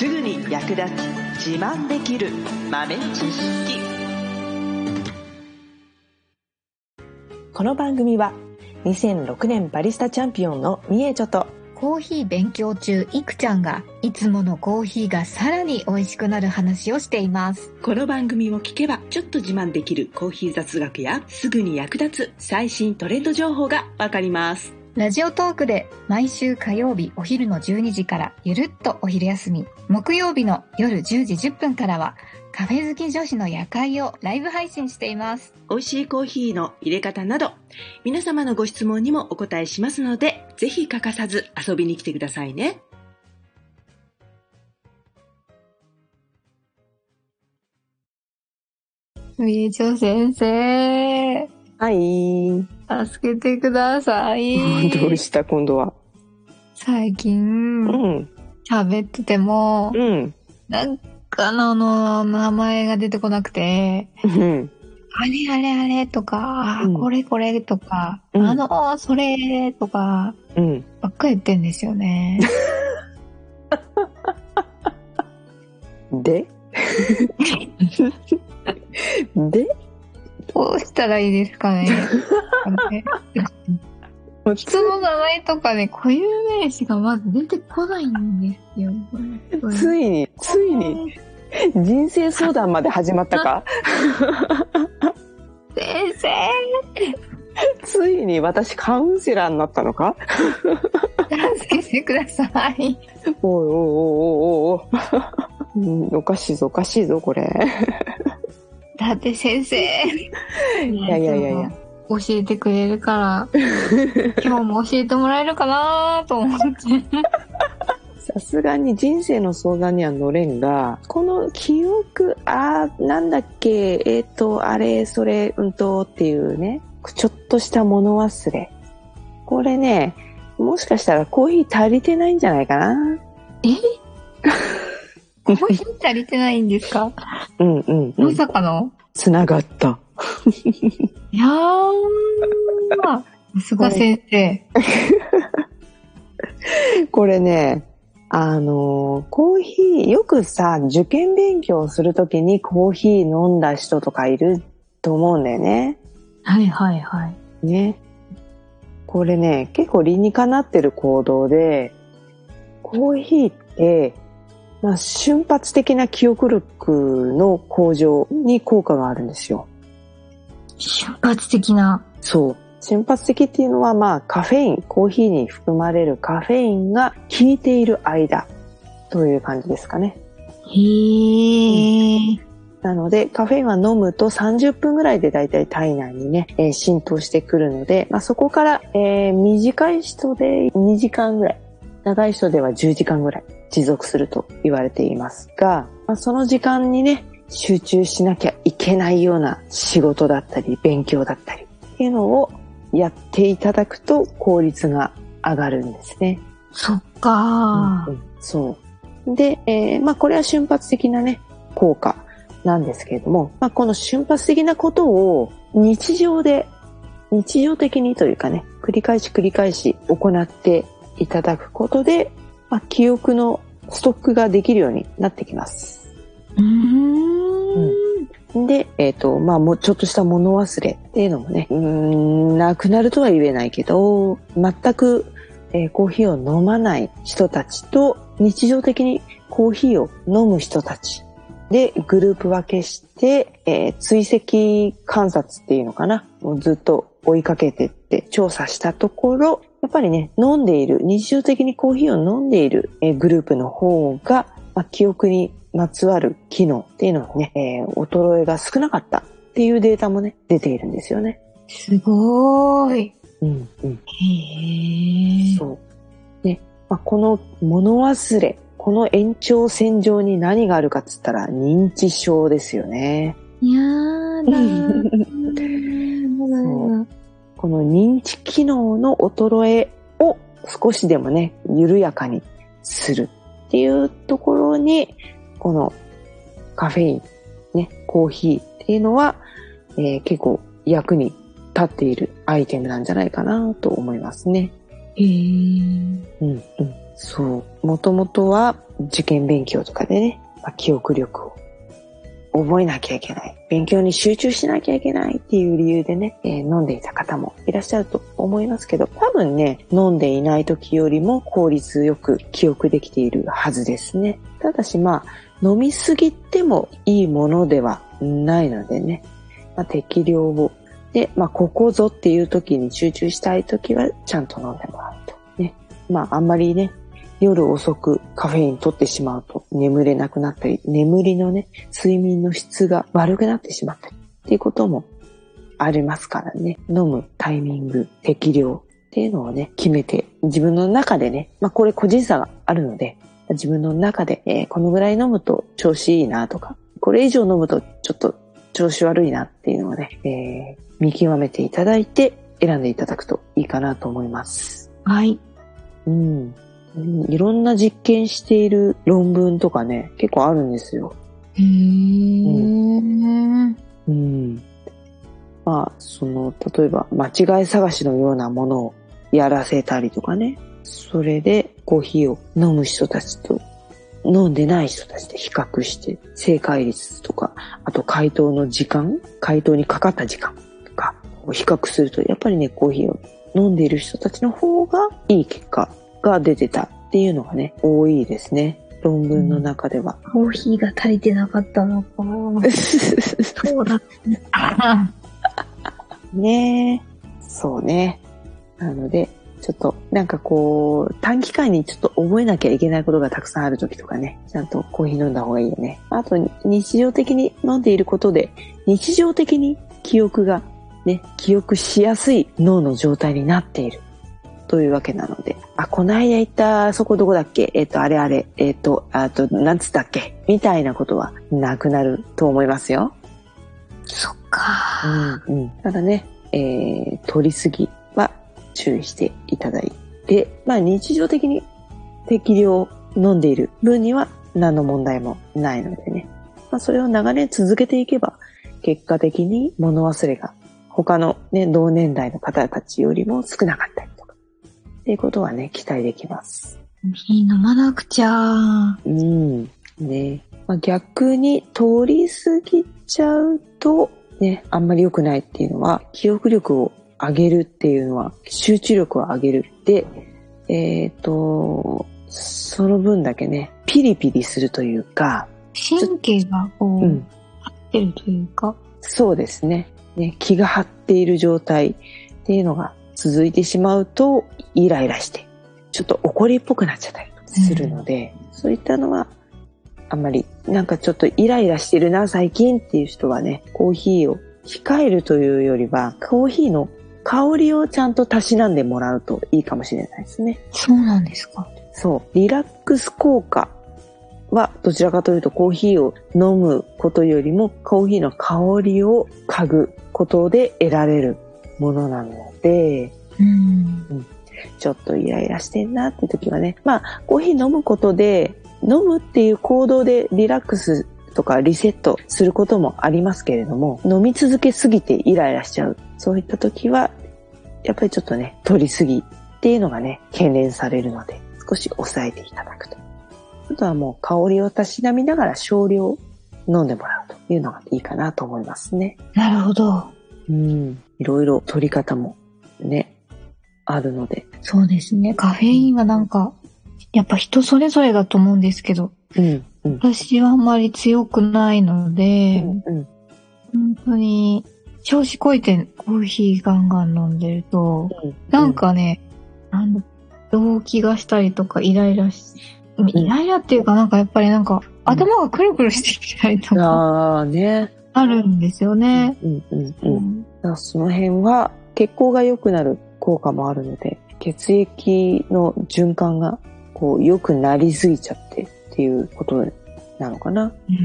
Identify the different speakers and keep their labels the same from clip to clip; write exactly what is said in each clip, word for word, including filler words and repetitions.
Speaker 1: すぐに役立つ自慢できる豆知識。この番組はにせんろくねんバリスタチャンピオンのみえちょと
Speaker 2: コーヒー勉強中いくちゃんがいつものコーヒーがさらに美味しくなる話をしています。
Speaker 1: この番組を聞けばちょっと自慢できるコーヒー雑学やすぐに役立つ最新トレンド情報がわかります。
Speaker 2: ラジオトークで毎週火曜日お昼のじゅうにじからゆるっとお昼休み、木曜日の夜じゅうじじゅっぷんからはカフェ好き女子の夜会をライブ配信しています。
Speaker 1: 美味しいコーヒーの入れ方など皆様のご質問にもお答えしますので、ぜひ欠かさず遊びに来てくださいね。
Speaker 2: みえちょ先生、
Speaker 1: はい。
Speaker 2: 助けてください。
Speaker 1: どうした今度は。
Speaker 2: 最近、
Speaker 1: うん。
Speaker 2: 喋ってても、
Speaker 1: うん。
Speaker 2: なんかのの名前が出てこなくて、
Speaker 1: うん。
Speaker 2: あれあれあれとか、
Speaker 1: うん、
Speaker 2: これこれとか、
Speaker 1: うん、
Speaker 2: あのそれとか、うん、ばっかり言ってんですよね。
Speaker 1: でで
Speaker 2: どうしたらいいですかね。人の名前とかね、固有名詞がまず出てこないんですよ。
Speaker 1: ついに、ついに、人生相談まで始まったか。
Speaker 2: 先生、
Speaker 1: ついに私カウンセラーになったのか。
Speaker 2: 助けてください。
Speaker 1: おいおいおいおいおい、うん、おかしいぞおかしいぞこれ。
Speaker 2: だって先生、い
Speaker 1: やいやいやいや、
Speaker 2: 教えてくれるから今日も教えてもらえるかなと思って。
Speaker 1: さすがに人生の相談には乗れんが、この記憶、あーなんだっけ、えっとあれそれうんとっていうね、ちょっとした物忘れ、これね、もしかしたらコーヒー足りてないんじゃないかな。
Speaker 2: えコーヒー足りてないんですか。
Speaker 1: うんうん、うん、
Speaker 2: まさかの
Speaker 1: つながった。
Speaker 2: いやー、さすが先生。
Speaker 1: これね、あのコーヒーよくさ、受験勉強するときにコーヒー飲んだ人とかいると思うんだよね。
Speaker 2: はいはいはい。
Speaker 1: ね。これね、結構理にかなってる行動で、コーヒーって、まあ、瞬発的な記憶力の向上に効果があるんですよ。
Speaker 2: 瞬発的な。そう。
Speaker 1: 瞬発的っていうのは、まあ、カフェイン、コーヒーに含まれるカフェインが効いている間という感じですかね。
Speaker 2: へー。
Speaker 1: うん、なので、カフェインは飲むとさんじゅっぷんぐらいでだいたい体内にね、えー、浸透してくるので、まあ、そこから、えー、短い人でにじかんぐらい、長い人ではじゅうじかんぐらい持続すると言われていますが、まあ、その時間にね、集中しなきゃいけないような仕事だったり、勉強だったりっていうのをやっていただくと効率が上がるんですね。
Speaker 2: そっかー、
Speaker 1: うんうん、そう。で、えー、まあこれは瞬発的なね、効果なんですけれども、まあこの瞬発的なことを日常で、日常的にというかね、繰り返し繰り返し行っていただくことで、まあ、記憶のストックができるようになってきます。
Speaker 2: うーん、
Speaker 1: うん、で、えっと、まあもうちょっとした物忘れっていうのもね、うーん、なくなるとは言えないけど、全く、えー、コーヒーを飲まない人たちと日常的にコーヒーを飲む人たちでグループ分けして、えー、追跡観察っていうのかな、もうずっと追いかけてって調査したところ、やっぱりね、飲んでいる、日常的にコーヒーを飲んでいる、えー、グループの方が、まあ、記憶にまつわる機能っていうのはね、えー、衰えが少なかったっていうデータもね、出ているんですよね。
Speaker 2: すごーい。
Speaker 1: うんうん。
Speaker 2: へー。
Speaker 1: そう。ね、まあ、この物忘れ、この延長線上に何があるかっつったら認知症ですよね。
Speaker 2: いやーだー。
Speaker 1: この認知機能の衰えを少しでもね、緩やかにするっていうところに、このカフェイン、ね、コーヒーっていうのは、えー、結構役に立っているアイテムなんじゃないかなと思いますね。
Speaker 2: へー。
Speaker 1: うんうん。 そう。もともとは受験勉強とかでね、まあ、記憶力を覚えなきゃいけない。勉強に集中しなきゃいけないっていう理由でね、えー、飲んでいた方もいらっしゃると思いますけど、多分ね、飲んでいない時よりも効率よく記憶できているはずですね。ただしまあ、飲みすぎてもいいものではないのでね、まあ、適量を。で、まあ、ここぞっていう時に集中したい時はちゃんと飲んでもらうと。ね。まあ、あんまりね、夜遅くカフェイン取ってしまうと眠れなくなったり、眠りのね、睡眠の質が悪くなってしまったりっていうこともありますからね。飲むタイミング、適量っていうのをね、決めて自分の中でね、まあこれ個人差があるので、自分の中で、えー、このぐらい飲むと調子いいなとか、これ以上飲むとちょっと調子悪いなっていうのをね、えー、見極めていただいて選んでいただくといいかなと思います。
Speaker 2: はい。
Speaker 1: うん。いろんな実験している論文とかね、結構あるんですよ。
Speaker 2: へー。うん。
Speaker 1: うん。まあ、その、例えば、間違い探しのようなものをやらせたりとかね。それで、コーヒーを飲む人たちと、飲んでない人たちで比較して、正解率とか、あと回答の時間、回答にかかった時間とかを比較すると、やっぱりね、コーヒーを飲んでいる人たちの方がいい結果が出てたっていうのがね、多いですね。論文の中では。
Speaker 2: うん、コーヒーが足りてなかったのか。そうだ
Speaker 1: ねえ。そうね。なので、ちょっとなんかこう、短期間にちょっと覚えなきゃいけないことがたくさんある時とかね、ちゃんとコーヒー飲んだ方がいいよね。あと、日常的に飲んでいることで、日常的に記憶がね、記憶しやすい脳の状態になっている。というわけなので、あ、この間行ったそこどこだっけ、えっと、あれあれ、えっと、あと、なんつったっけみたいなことはなくなると思いますよ。
Speaker 2: そっか。
Speaker 1: うん、うん。ただね、えー、取りすぎは注意していただいて、まあ日常的に適量飲んでいる分には何の問題もないのでね。まあそれを長年続けていけば、結果的に物忘れが他のね、同年代の方たちよりも少なかったりとか、っていうことはね、期待できます。
Speaker 2: 飲まなくちゃ。
Speaker 1: うん。ね。まあ、逆に通り過ぎちゃうと、ね、あんまり良くないっていうのは、記憶力を上げるっていうのは、集中力を上げる。で、えっと、その分だけね、ピリピリするというか、
Speaker 2: 神経がこう、うん、張ってるというか。
Speaker 1: そうですね。ね、気が張っている状態っていうのが続いてしまうと、イライラして、ちょっと怒りっぽくなっちゃったりするので、うん、そういったのは、あんまり、なんかちょっとイライラしてるな、最近っていう人はね、コーヒーを控えるというよりは、コーヒーの香りをちゃんとたしなんでもらうといいかもしれないですね。
Speaker 2: そうなんですか。
Speaker 1: そう。リラックス効果は、どちらかというとコーヒーを飲むことよりも、コーヒーの香りを嗅ぐことで得られるものなので、
Speaker 2: うん
Speaker 1: うん、ちょっとイライラしてんなって時はね、まあ、コーヒー飲むことで、飲むっていう行動でリラックスとかリセットすることもありますけれども、飲み続けすぎてイライラしちゃう。そういった時は、やっぱりちょっとね、取りすぎっていうのがね、懸念されるので、少し抑えていただくと。あとはもう香りをたしなみながら少量飲んでもらうというのがいいかなと思いますね。
Speaker 2: なるほど。
Speaker 1: うん。いろいろ取り方もね、あるので。
Speaker 2: そうですね。カフェインはなんか、やっぱ人それぞれだと思うんですけど、
Speaker 1: うんうん、
Speaker 2: 私はあんまり強くないので、
Speaker 1: うんうん、
Speaker 2: 本当に調子こいてコーヒーガンガン飲んでると、うん、なんかね、あの動悸がしたりとかイライラし、イライラっていうかなんかやっぱりなんか頭がくるくるしてきたりとか、
Speaker 1: あーね、
Speaker 2: あるんですよね。
Speaker 1: うんうんうんうん、だからその辺は血行が良くなる効果もあるので、血液の循環がこう良くなりすぎちゃってっていうことなのかな。
Speaker 2: うん、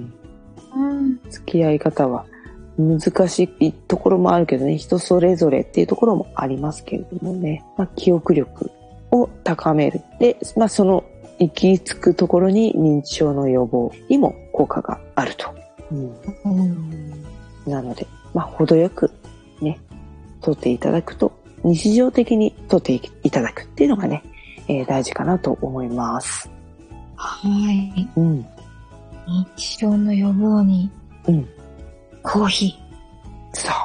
Speaker 1: うん、付き合い方は難しいところもあるけどね、人それぞれっていうところもありますけれどもね、まあ、記憶力を高める。で、まあ、その行き着くところに認知症の予防にも効果があると。うんうん、なので、まあ、程よくね、取っていただくと、日常的に取っていただくっていうのがね、 えー、大事かなと思います。
Speaker 2: はい。
Speaker 1: うん。
Speaker 2: 認知症の予防に、
Speaker 1: うん。
Speaker 2: コーヒー。
Speaker 1: そう。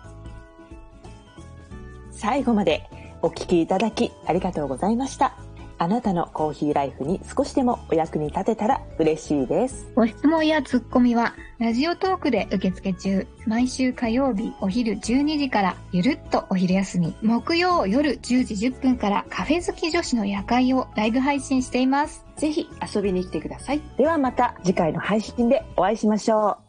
Speaker 1: 最後までお聞きいただきありがとうございました。あなたのコーヒーライフに少しでもお役に立てたら嬉しいです。
Speaker 2: ご質問やツッコミはラジオトークで受付中。毎週火曜日お昼じゅうにじからゆるっとお昼休み、木曜夜じゅうじじゅっぷんからカフェ好き女子の夜会をライブ配信しています。
Speaker 1: ぜひ遊びに来てください。ではまた次回の配信でお会いしましょう。